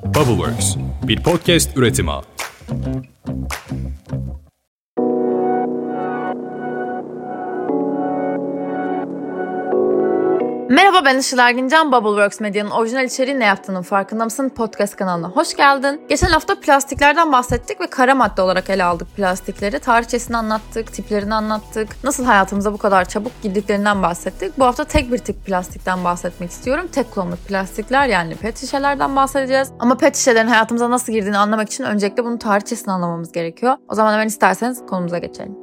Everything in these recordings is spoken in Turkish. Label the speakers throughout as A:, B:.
A: Bubbleworks, bir podcast üretimi.
B: Merhaba, ben Işıl Ergincan. Bubbleworks Medya'nın orijinal içeriği Ne Yaptığının Farkında Mısın podcast kanalına hoş geldin. Geçen hafta plastiklerden bahsettik ve kara madde olarak ele aldık plastikleri. Tarihçesini anlattık, tiplerini anlattık. Nasıl hayatımıza bu kadar çabuk girdiklerinden bahsettik. Bu hafta tek bir tip plastikten bahsetmek istiyorum. Tek kullanımlık plastikler, yani pet şişelerden bahsedeceğiz. Ama pet şişelerin hayatımıza nasıl girdiğini anlamak için öncelikle bunun tarihçesini anlamamız gerekiyor. O zaman hemen isterseniz konumuza geçelim.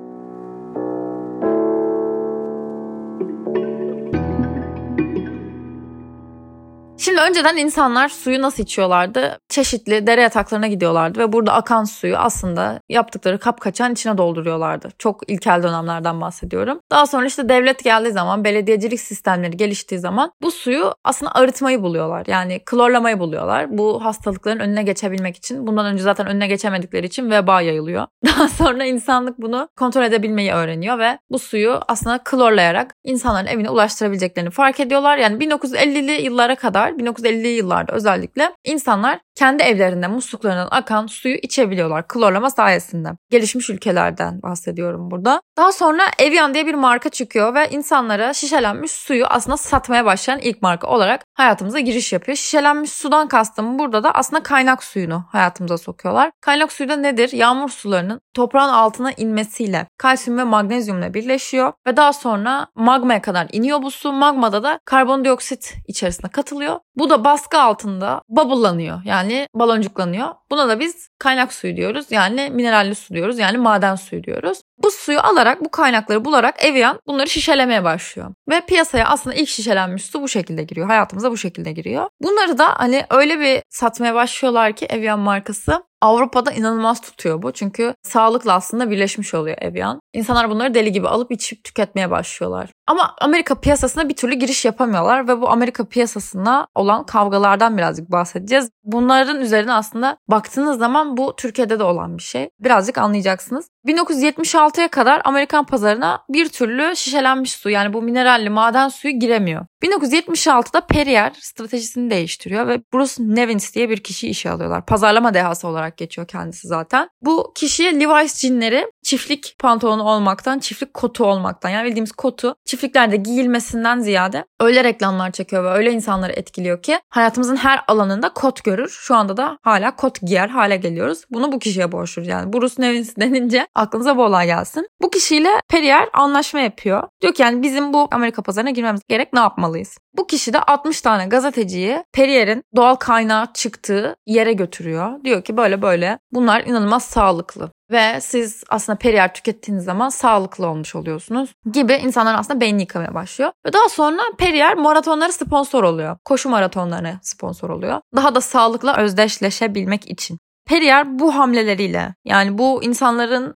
B: Şimdi önceden insanlar suyu nasıl içiyorlardı? Çeşitli dere yataklarına gidiyorlardı ve burada akan suyu aslında yaptıkları kapkaçağın içine dolduruyorlardı. Çok ilkel dönemlerden bahsediyorum. Daha sonra işte devlet geldiği zaman, belediyecilik sistemleri geliştiği zaman bu suyu aslında arıtmayı buluyorlar. Yani klorlamayı buluyorlar. Bu hastalıkların önüne geçebilmek için. Bundan önce zaten önüne geçemedikleri için veba yayılıyor. Daha sonra insanlık bunu kontrol edebilmeyi öğreniyor ve bu suyu aslında klorlayarak insanların evine ulaştırabileceklerini fark ediyorlar. Yani 1950'li yıllara kadar, 1950'li yıllarda özellikle insanlar kendi evlerinde musluklarından akan suyu içebiliyorlar klorlama sayesinde. Gelişmiş ülkelerden bahsediyorum burada. Daha sonra Evian diye bir marka çıkıyor ve insanlara şişelenmiş suyu aslında satmaya başlayan ilk marka olarak hayatımıza giriş yapıyor. Şişelenmiş sudan kastım burada da aslında kaynak suyunu hayatımıza sokuyorlar. Kaynak suyu da nedir? Yağmur sularının toprağın altına inmesiyle kalsiyum ve magnezyumla birleşiyor ve daha sonra magmaya kadar iniyor bu su. Magmada da karbondioksit içerisine katılıyor. Bu da baskı altında bubble'lanıyor, yani baloncuklanıyor. Buna da biz kaynak suyu diyoruz, yani mineralli su diyoruz, yani maden suyu diyoruz. Bu suyu alarak, bu kaynakları bularak Evian bunları şişelemeye başlıyor. Ve piyasaya aslında ilk şişelenmiş su bu şekilde giriyor. Hayatımıza bu şekilde giriyor. Bunları da hani öyle bir satmaya başlıyorlar ki Evian markası, Avrupa'da inanılmaz tutuyor bu. Çünkü sağlıkla aslında birleşmiş oluyor Evian. İnsanlar bunları deli gibi alıp içip tüketmeye başlıyorlar. Ama Amerika piyasasına bir türlü giriş yapamıyorlar ve bu Amerika piyasasına olan kavgalardan birazcık bahsedeceğiz. Bunların üzerine aslında baktığınız zaman bu Türkiye'de de olan bir şey. Birazcık anlayacaksınız. 1976'ya kadar Amerikan pazarına bir türlü şişelenmiş su, yani bu mineralli maden suyu giremiyor. 1976'da Perrier stratejisini değiştiriyor ve Bruce Nevins diye bir kişiyi işe alıyorlar. Pazarlama dehası olarak geçiyor kendisi zaten. Bu kişiye Levi's jeanleri çiftlik pantolonu olmaktan, çiftlik kotu olmaktan, yani bildiğimiz kotu çiftliklerde giyilmesinden ziyade öyle reklamlar çekiyor ve öyle insanları etkiliyor ki hayatımızın her alanında kot görür. Şu anda da hala kot giyer hale geliyoruz. Bunu bu kişiye borçluyuz. Yani Bruce Nevins denince aklınıza bu olay gelsin. Bu kişiyle Perrier anlaşma yapıyor. Diyor ki yani bizim bu Amerika pazarına girmemiz gerek, ne yapmalıyız? Bu kişi de 60 tane gazeteciyi Perrier'in doğal kaynağı çıktığı yere götürüyor. Diyor ki böyle böyle bunlar inanılmaz sağlıklı. Ve siz aslında Perrier tükettiğiniz zaman sağlıklı olmuş oluyorsunuz gibi insanlar aslında beynini yıkamaya başlıyor. Ve daha sonra Perrier maratonlara sponsor oluyor. Koşu maratonlarına sponsor oluyor. Daha da sağlıkla özdeşleşebilmek için. Perrier bu hamleleriyle, yani bu insanların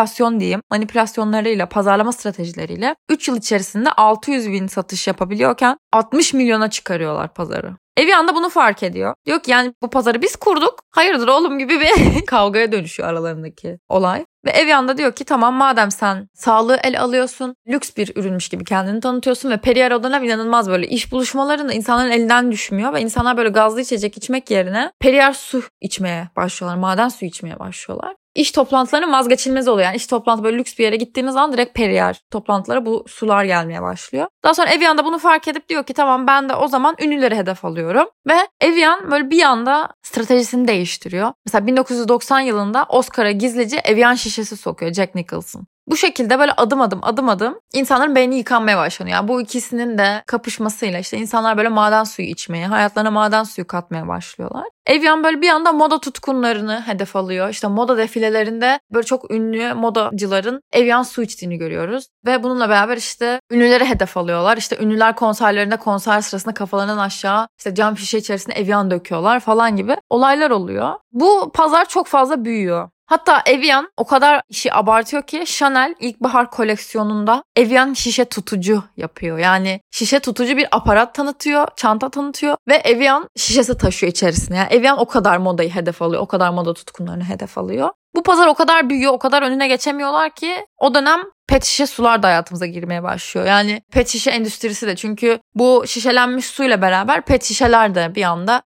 B: manipülasyonlarıyla, pazarlama stratejileriyle 3 yıl içerisinde 600 bin satış yapabiliyorken 60 milyona çıkarıyorlar pazarı. Evian da bunu fark ediyor. Diyor ki yani bu pazarı biz kurduk. Hayırdır oğlum gibi bir kavgaya dönüşüyor aralarındaki olay. Ve Evian da diyor ki tamam, madem sen sağlığı ele alıyorsun, lüks bir ürünmüş gibi kendini tanıtıyorsun ve Perrier o dönem inanılmaz böyle iş buluşmalarında insanların elinden düşmüyor ve insanlar böyle gazlı içecek içmek yerine Perrier su içmeye başlıyorlar, maden suyu içmeye başlıyorlar. İş toplantılarının vazgeçilmezi oluyor. Yani iş toplantı böyle lüks bir yere gittiğiniz zaman direkt Perrier toplantılara bu sular gelmeye başlıyor. Daha sonra Evian da bunu fark edip diyor ki tamam, ben de o zaman ünlüleri hedef alıyorum. Ve Evian böyle bir anda stratejisini değiştiriyor. Mesela 1990 yılında Oscar'a gizlice Evian şişesi sokuyor Jack Nicholson. Bu şekilde böyle adım adım insanların beyni yıkanmaya başlanıyor. Yani bu ikisinin de kapışmasıyla işte insanlar böyle maden suyu içmeye, hayatlarına maden suyu katmaya başlıyorlar. Evian böyle bir anda moda tutkunlarını hedef alıyor. İşte moda defilelerinde böyle çok ünlü modacıların Evian su içtiğini görüyoruz. Ve bununla beraber işte ünlüleri hedef alıyorlar. İşte ünlüler konserlerinde konser sırasında kafalarından aşağı işte cam şişe içerisine Evian döküyorlar falan gibi olaylar oluyor. Bu pazar çok fazla büyüyor. Hatta Evian o kadar işi abartıyor ki Chanel ilkbahar koleksiyonunda Evian şişe tutucu yapıyor. Yani şişe tutucu bir aparat tanıtıyor, çanta tanıtıyor ve Evian şişesi taşıyor içerisine. Yani Evian o kadar modayı hedef alıyor, o kadar moda tutkunlarını hedef alıyor. Bu pazar o kadar büyüyor, o kadar önüne geçemiyorlar ki o dönem pet şişe sular da hayatımıza girmeye başlıyor. Yani pet şişe endüstrisi de, çünkü bu şişelenmiş suyla beraber pet şişeler de bir anda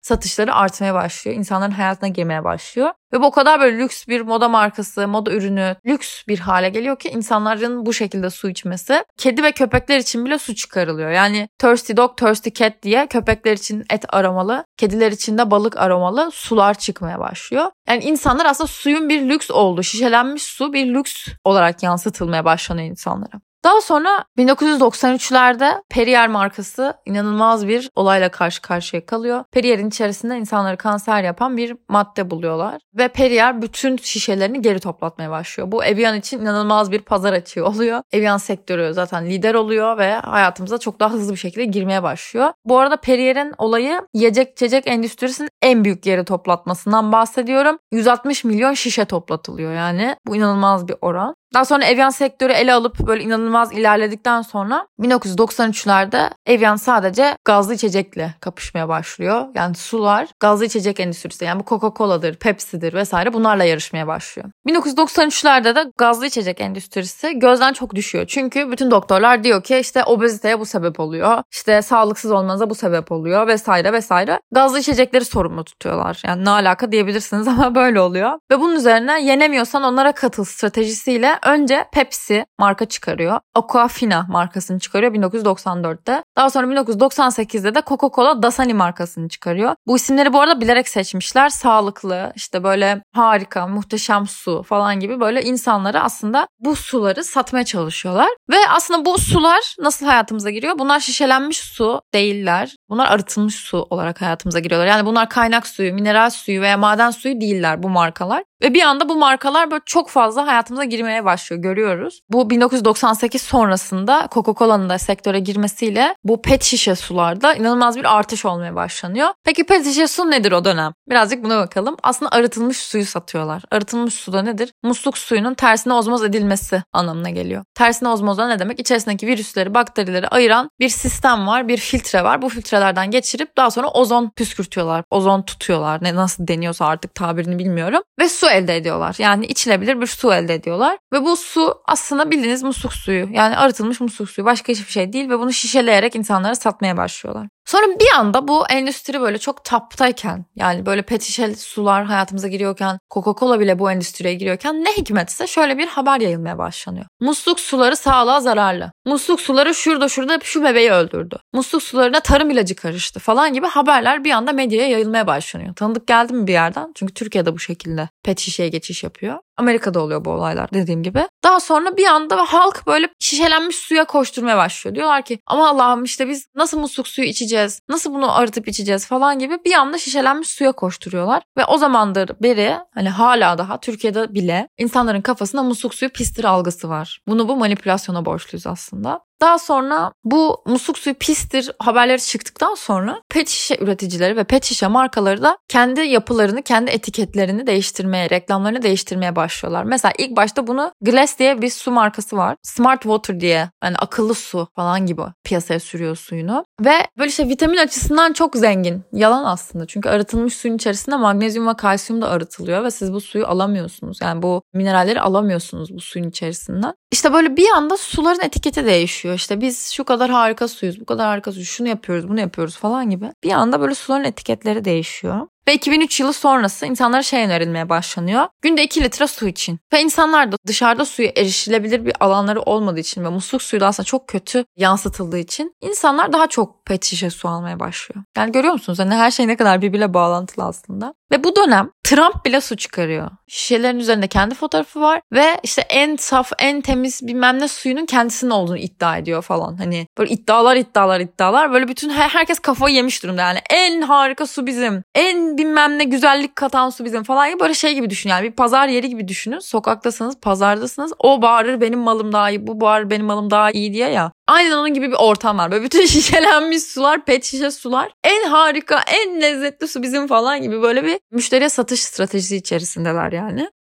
B: satışları artmaya başlıyor. İnsanların hayatına girmeye başlıyor. Ve bu o kadar böyle lüks bir moda markası, moda ürünü, lüks bir hale geliyor ki insanların bu şekilde su içmesi. Kedi ve köpekler için bile su çıkarılıyor. Yani thirsty dog, thirsty cat diye köpekler için et aromalı, kediler için de balık aromalı sular çıkmaya başlıyor. Yani insanlar aslında suyun bir lüks olduğu, şişelenmiş su bir lüks olarak yansıtılmaya başlanıyor insanlara. Daha sonra 1993'lerde Perrier markası inanılmaz bir olayla karşı karşıya kalıyor. Perrier'in içerisinde insanları kanser yapan bir madde buluyorlar. Ve Perrier bütün şişelerini geri toplatmaya başlıyor. Bu Evian için inanılmaz bir pazar açığı oluyor. Evian sektörü zaten lider oluyor ve hayatımıza çok daha hızlı bir şekilde girmeye başlıyor. Bu arada Perrier'in olayı yiyecek içecek endüstrisinin en büyük geri toplatmasından bahsediyorum. 160 milyon şişe toplatılıyor yani. Bu inanılmaz bir oran. Daha sonra Evian sektörü ele alıp böyle inanılmaz ilerledikten sonra 1993'lerde Evian sadece gazlı içecekle kapışmaya başlıyor. Yani sular gazlı içecek endüstrisi, yani bu Coca-Cola'dır, Pepsi'dir vesaire, bunlarla yarışmaya başlıyor. 1993'lerde de gazlı içecek endüstrisi gözden çok düşüyor. Çünkü bütün doktorlar diyor ki işte obeziteye bu sebep oluyor. İşte sağlıksız olmanıza bu sebep oluyor vesaire vesaire. Gazlı içecekleri sorumlu tutuyorlar. Yani ne alaka diyebilirsiniz ama böyle oluyor. Ve bunun üzerine yenemiyorsan onlara katıl stratejisiyle önce Pepsi marka çıkarıyor. Aquafina markasını çıkarıyor 1994'te. Daha sonra 1998'de de Coca-Cola Dasani markasını çıkarıyor. Bu isimleri bu arada bilerek seçmişler. Sağlıklı, işte böyle harika, muhteşem su falan gibi böyle insanlara aslında bu suları satmaya çalışıyorlar. Ve aslında bu sular nasıl hayatımıza giriyor? Bunlar şişelenmiş su değiller. Bunlar arıtılmış su olarak hayatımıza giriyorlar. Yani bunlar kaynak suyu, mineral suyu veya maden suyu değiller bu markalar. Ve bir anda bu markalar böyle çok fazla hayatımıza girmeye başlıyor, görüyoruz. Bu 1998 sonrasında Coca-Cola'nın da sektöre girmesiyle bu pet şişe sularda inanılmaz bir artış olmaya başlanıyor. Peki pet şişe su nedir o dönem? Birazcık buna bakalım. Aslında arıtılmış suyu satıyorlar. Arıtılmış su da nedir? Musluk suyunun tersine ozmoz edilmesi anlamına geliyor. Tersine ozmoz da ne demek? İçerisindeki virüsleri, bakterileri ayıran bir sistem var, bir filtre var. Bu filtrelerden geçirip daha sonra ozon püskürtüyorlar. Ozon tutuyorlar. Nasıl deniyorsa artık tabirini bilmiyorum. Ve su elde ediyorlar. Yani içilebilir bir su elde ediyorlar. Ve bu su aslında bildiğiniz musluk suyu. Yani arıtılmış musluk suyu. Başka hiçbir şey değil ve bunu şişeleyerek insanlara satmaya başlıyorlar. Sonra bir anda bu endüstri böyle çok taptayken, yani böyle pet şişe sular hayatımıza giriyorken, Coca-Cola bile bu endüstriye giriyorken ne hikmetse şöyle bir haber yayılmaya başlanıyor. Musluk suları sağlığa zararlı. Musluk suları şurada şu bebeği öldürdü. Musluk sularına tarım ilacı karıştı falan gibi haberler bir anda medyaya yayılmaya başlanıyor. Tanıdık geldi mi bir yerden? Çünkü Türkiye'de bu şekilde pet şişeye geçiş yapıyor. Amerika'da oluyor bu olaylar dediğim gibi. Daha sonra bir anda halk böyle şişelenmiş suya koşturmaya başlıyor. Diyorlar ki ama Allah'ım işte biz nasıl musluk suyu içeceğiz? Nasıl bunu arıtıp içeceğiz falan gibi bir anda şişelenmiş suya koşturuyorlar. Ve o zamandır beri hani hala daha Türkiye'de bile insanların kafasında musluk suyu pistir algısı var. Bu manipülasyona borçluyuz aslında. Daha sonra bu musluk suyu pistir haberleri çıktıktan sonra pet şişe üreticileri ve pet şişe markaları da kendi yapılarını, kendi etiketlerini değiştirmeye, reklamlarını değiştirmeye başlıyorlar. Mesela ilk başta bunu Glass diye bir su markası var. Smart Water diye, yani akıllı su falan gibi piyasaya sürüyor suyunu. Ve böyle işte vitamin açısından çok zengin. Yalan aslında, çünkü arıtılmış suyun içerisinde magnezyum ve kalsiyum da arıtılıyor ve siz bu suyu alamıyorsunuz. Yani bu mineralleri alamıyorsunuz bu suyun içerisinden. İşte böyle bir anda suların etiketi değişiyor. İşte biz şu kadar harika suyuz, bu kadar harika suyuz, şunu yapıyoruz, bunu yapıyoruz falan gibi. Bir anda böyle suların etiketleri değişiyor. Ve 2003 yılı sonrası insanlara önerilmeye başlanıyor. Günde 2 litre su için. Ve insanlar da dışarıda suya erişilebilir bir alanları olmadığı için ve musluk suyu da aslında çok kötü yansıtıldığı için insanlar daha çok pet şişe su almaya başlıyor. Yani görüyor musunuz? Yani her şey ne kadar birbiriyle bağlantılı aslında. Ve bu dönem Trump bile su çıkarıyor. Şişelerin üzerinde kendi fotoğrafı var ve işte en saf, en temiz bilmem ne suyunun kendisinin olduğunu iddia ediyor falan. Hani böyle iddialar. Böyle bütün herkes kafayı yemiş durumda yani. En harika su bizim. En bilmem ne güzellik katan su bizim falan gibi, böyle şey gibi düşün yani. Bir pazar yeri gibi düşünün. Sokaktasınız, pazardasınız. O bağırır benim malım daha iyi, bu bağırır benim malım daha iyi diye ya. Aynen onun gibi bir ortam var. Böyle bütün şişelenmiş sular, pet şişe sular. En harika, en lezzetli su bizim falan gibi böyle bir müşteriye satış stratejisi içerisindeler yani.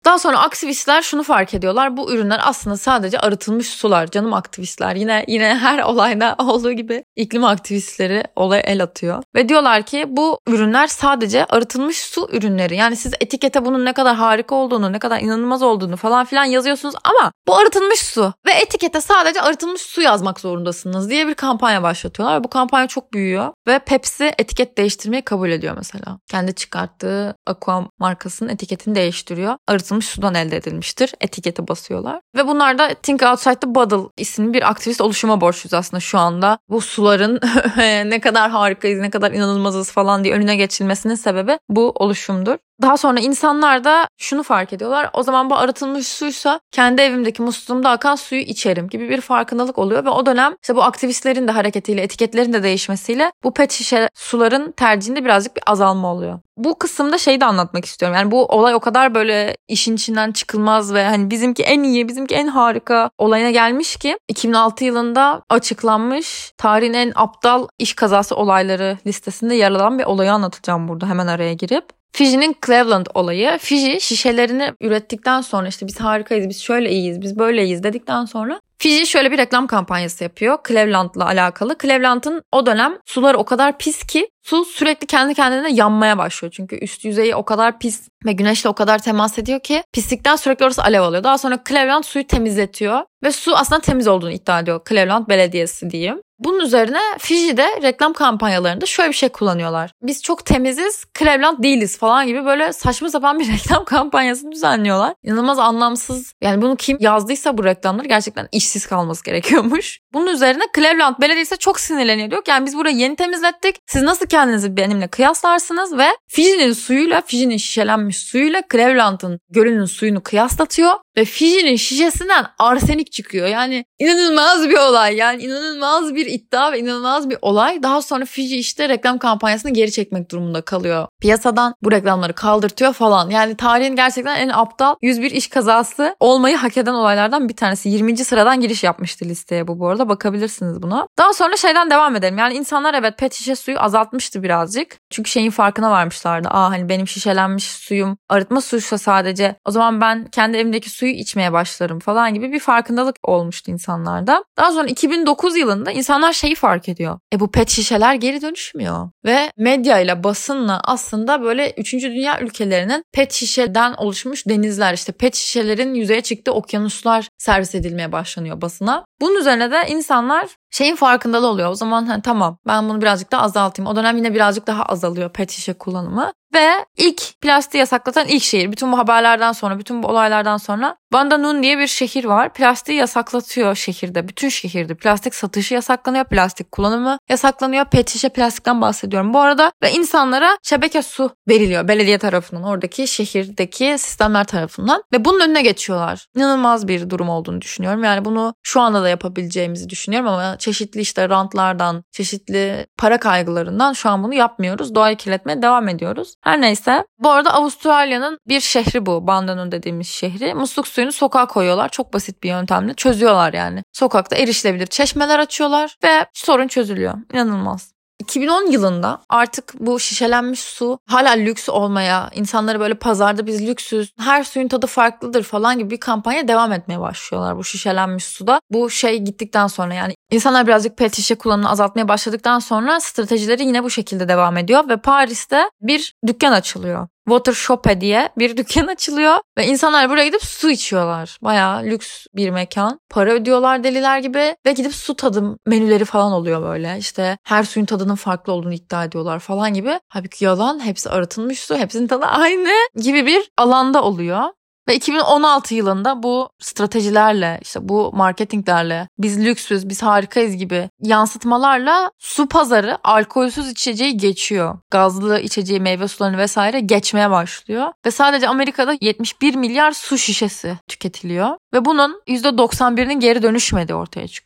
B: Daha sonra aktivistler şunu fark ediyorlar. Bu ürünler aslında sadece arıtılmış sular. Canım aktivistler. Yine her olayda olduğu gibi iklim aktivistleri olaya el atıyor. Ve diyorlar ki bu ürünler sadece arıtılmış su ürünleri. Yani siz etikete bunun ne kadar harika olduğunu, ne kadar inanılmaz olduğunu falan filan yazıyorsunuz ama bu arıtılmış su. Ve etikete sadece arıtılmış su yazmak zorundasınız diye bir kampanya başlatıyorlar. Bu kampanya çok büyüyor. Ve Pepsi etiket değiştirmeyi kabul ediyor mesela. Kendi çıkarttığı Aqua markasının etiketini değiştiriyor. Arıtılmış sudan elde edilmiştir. Etikete basıyorlar. Ve bunlar da Think Outside the Bottle isimli bir aktivist oluşuma borçluyuz aslında şu anda. Bu suların ne kadar harikayız, ne kadar inanılmazız falan diye önüne geçilmesinin sebebi bu oluşumdur. Daha sonra insanlar da şunu fark ediyorlar. O zaman bu arıtılmış suysa kendi evimdeki musluğumda akan suyu içerim gibi bir farkındalık oluyor. Ve o dönem işte bu aktivistlerin de hareketiyle, etiketlerin de değişmesiyle bu pet şişe suların tercihinde birazcık bir azalma oluyor. Bu kısımda şeyi de anlatmak istiyorum. Yani bu olay o kadar böyle işin içinden çıkılmaz ve hani bizimki en iyi, bizimki en harika olayına gelmiş ki 2006 yılında açıklanmış tarihin en aptal iş kazası olayları listesinde yer alan bir olayı anlatacağım burada hemen araya girip. Fiji'nin Cleveland olayı. Fiji şişelerini ürettikten sonra işte biz harikayız, biz şöyle iyiyiz, biz böyleyiz dedikten sonra Fiji şöyle bir reklam kampanyası yapıyor Cleveland'la alakalı. Cleveland'ın o dönem suları o kadar pis ki su sürekli kendi kendine yanmaya başlıyor. Çünkü üst yüzeyi o kadar pis ve güneşle o kadar temas ediyor ki pislikten sürekli orası alev alıyor. Daha sonra Cleveland suyu temizletiyor ve su aslında temiz olduğunu iddia ediyor Cleveland Belediyesi diyeyim. Bunun üzerine Fiji'de reklam kampanyalarında şöyle bir şey kullanıyorlar. Biz çok temiziz, Cleveland değiliz falan gibi böyle saçma sapan bir reklam kampanyası düzenliyorlar. İnanılmaz anlamsız. Yani bunu kim yazdıysa bu reklamları gerçekten işsiz kalması gerekiyormuş. Bunun üzerine Cleveland Belediyesi çok sinirleniyor. Diyor ki yani biz burayı yeni temizlettik. Siz nasıl kendinizi benimle kıyaslarsınız ve Fiji'nin suyuyla, Fiji'nin şişelenmiş suyuyla Cleveland'ın gölünün suyunu kıyaslatıyor. Ve Fiji'nin şişesinden arsenik çıkıyor. Yani inanılmaz bir olay. Yani inanılmaz bir iddia ve inanılmaz bir olay. Daha sonra Fiji işte reklam kampanyasını geri çekmek durumunda kalıyor. Piyasadan bu reklamları kaldırtıyor falan. Yani tarihin gerçekten en aptal 101 iş kazası olmayı hak eden olaylardan bir tanesi. 20. sıradan giriş yapmıştı listeye bu arada. Bakabilirsiniz buna. Daha sonra şeyden devam edelim. Yani insanlar evet pet şişe suyu azaltmıştı birazcık. Çünkü şeyin farkına varmışlardı. Hani benim şişelenmiş suyum arıtma suysa sadece o zaman ben kendi evimdeki suyu içmeye başlarım falan gibi bir farkındalık olmuştu insanlarda. Daha sonra 2009 yılında insanlar şeyi fark ediyor. Bu pet şişeler geri dönüşmüyor. Ve medya ile basınla aslında böyle 3. dünya ülkelerinin pet şişeden oluşmuş denizler işte pet şişelerin yüzeye çıktığı okyanuslar servis edilmeye başlanıyor basına. Bunun üzerine de insanlar şeyin farkındalığı oluyor. O zaman tamam ben bunu birazcık daha azaltayım. O dönem yine birazcık daha azalıyor pet şişe kullanımı. Ve ilk plastiği yasaklatan ilk şehir. Bütün bu haberlerden sonra, bütün bu olaylardan sonra Banda Nun diye bir şehir var. Plastiği yasaklatıyor şehirde. Bütün şehirde plastik satışı yasaklanıyor. Plastik kullanımı yasaklanıyor. Pet şişe plastikten bahsediyorum bu arada. Ve insanlara şebeke su veriliyor belediye tarafından. Oradaki şehirdeki sistemler tarafından. Ve bunun önüne geçiyorlar. İnanılmaz bir durum olduğunu düşünüyorum. Yani bunu şu anda da yapabileceğimizi düşünüyorum ama çeşitli işte rantlardan, çeşitli para kaygılarından şu an bunu yapmıyoruz. Doğayı kirletmeye devam ediyoruz. Her neyse. Bu arada Avustralya'nın bir şehri bu. Banda Nun dediğimiz şehri. Musluk suyunu sokağa koyuyorlar. Çok basit bir yöntemle çözüyorlar yani. Sokakta erişilebilir çeşmeler açıyorlar ve sorun çözülüyor. İnanılmaz. 2010 yılında artık bu şişelenmiş su hala lüks olmaya, insanları böyle pazarda biz lüksüz, her suyun tadı farklıdır falan gibi bir kampanya devam etmeye başlıyorlar bu şişelenmiş suda. Bu şey gittikten sonra yani insanlar birazcık pet şişe kullanımını azaltmaya başladıktan sonra stratejileri yine bu şekilde devam ediyor ve Paris'te bir dükkan açılıyor. Water Shop'e diye bir dükkan açılıyor ve insanlar buraya gidip su içiyorlar. Bayağı lüks bir mekan. Para ödüyorlar deliler gibi ve gidip su tadım menüleri falan oluyor böyle. İşte her suyun tadının farklı olduğunu iddia ediyorlar falan gibi. Halbuki yalan, hepsi arıtılmış su, hepsinin tadı aynı gibi bir alanda oluyor. Ve 2016 yılında bu stratejilerle, işte bu marketinglerle biz lüksüz, biz harikayız gibi yansıtmalarla su pazarı alkolsüz içeceği geçiyor. Gazlı içeceği, meyve sularını vesaire geçmeye başlıyor. Ve sadece Amerika'da 71 milyar su şişesi tüketiliyor. Ve bunun %91'inin geri dönüşmediği ortaya çıkıyor.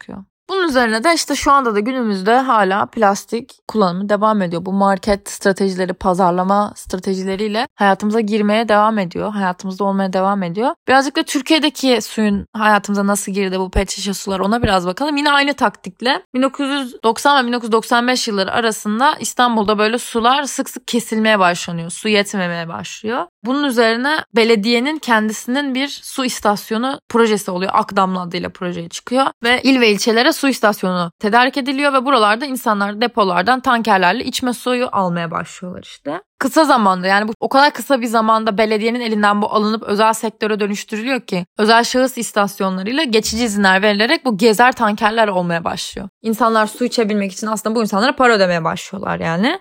B: Bunun üzerine de işte şu anda da günümüzde hala plastik kullanımı devam ediyor. Bu market stratejileri, pazarlama stratejileriyle hayatımıza girmeye devam ediyor. Hayatımızda olmaya devam ediyor. Birazcık da Türkiye'deki suyun hayatımıza nasıl girdi bu pet şişe sular, ona biraz bakalım. Yine aynı taktikle 1990 ve 1995 yılları arasında İstanbul'da böyle sular sık sık kesilmeye başlanıyor. Su yetmemeye başlıyor. Bunun üzerine belediyenin kendisinin bir su istasyonu projesi oluyor. Akdamlı adıyla projeye çıkıyor ve il ve ilçelere su istasyonu tedarik ediliyor ve buralarda insanlar depolardan tankerlerle içme suyu almaya başlıyorlar işte. Kısa zamanda, yani bu o kadar kısa bir zamanda belediyenin elinden bu alınıp özel sektöre dönüştürülüyor ki özel şahıs istasyonlarıyla geçici izinler verilerek bu gezer tankerler olmaya başlıyor. İnsanlar su içebilmek için aslında bu insanlara para ödemeye başlıyorlar yani.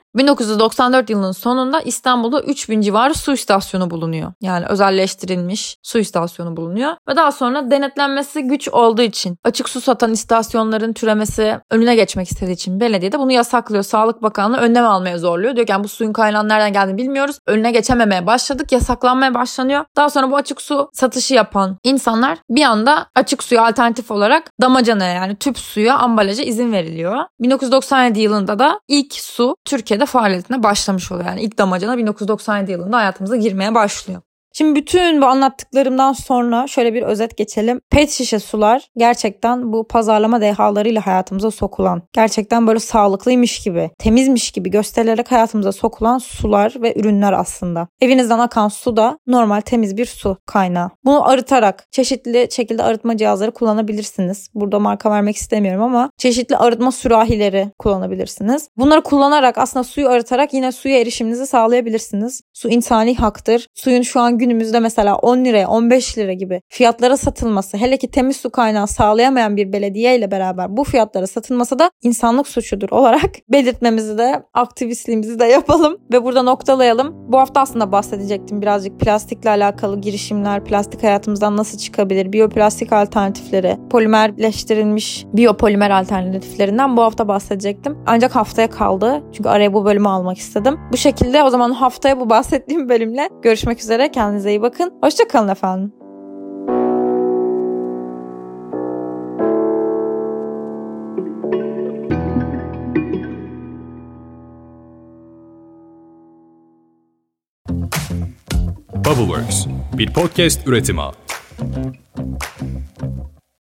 B: 1994 yılının sonunda İstanbul'da 3000 civarı su istasyonu bulunuyor. Yani özelleştirilmiş su istasyonu bulunuyor. Ve daha sonra denetlenmesi güç olduğu için, açık su satan istasyonların türemesi önüne geçmek istediği için belediye de bunu yasaklıyor. Sağlık Bakanlığı önlem almaya zorluyor. Diyor ki yani bu suyun kaynağının nereden geldiğini bilmiyoruz. Önüne geçememeye başladık. Yasaklanmaya başlanıyor. Daha sonra bu açık su satışı yapan insanlar bir anda açık suya alternatif olarak damacanaya, yani tüp suya, ambalaja izin veriliyor. 1997 yılında da ilk su Türkiye'de faaliyetine başlamış oluyor. Yani ilk damacana 1997 yılında hayatımıza girmeye başlıyor. Şimdi bütün bu anlattıklarımdan sonra şöyle bir özet geçelim. Pet şişe sular gerçekten bu pazarlama dehalarıyla hayatımıza sokulan, gerçekten böyle sağlıklıymış gibi, temizmiş gibi gösterilerek hayatımıza sokulan sular ve ürünler aslında. Evinizden akan su da normal temiz bir su kaynağı. Bunu arıtarak çeşitli şekilde arıtma cihazları kullanabilirsiniz. Burada marka vermek istemiyorum ama çeşitli arıtma sürahileri kullanabilirsiniz. Bunları kullanarak aslında suyu arıtarak yine suya erişiminizi sağlayabilirsiniz. Su insani haktır. Suyun şu an günümüzde mesela 10 liraya 15 lira gibi fiyatlara satılması, hele ki temiz su kaynağı sağlayamayan bir belediye ile beraber bu fiyatlara satılması da insanlık suçudur olarak belirtmemizi de, aktivistliğimizi de yapalım ve burada noktalayalım. Bu hafta aslında bahsedecektim birazcık plastikle alakalı girişimler, plastik hayatımızdan nasıl çıkabilir, biyoplastik alternatifleri, polimerleştirilmiş biyopolimer alternatiflerinden bu hafta bahsedecektim. Ancak haftaya kaldı çünkü araya bu bölümü almak istedim. Bu şekilde o zaman haftaya bu bahsettiğim bölümle görüşmek üzere. Kendinize iyi bakın. Hoşça kalın efendim.
A: Bubbleworks, bir podcast üretimi.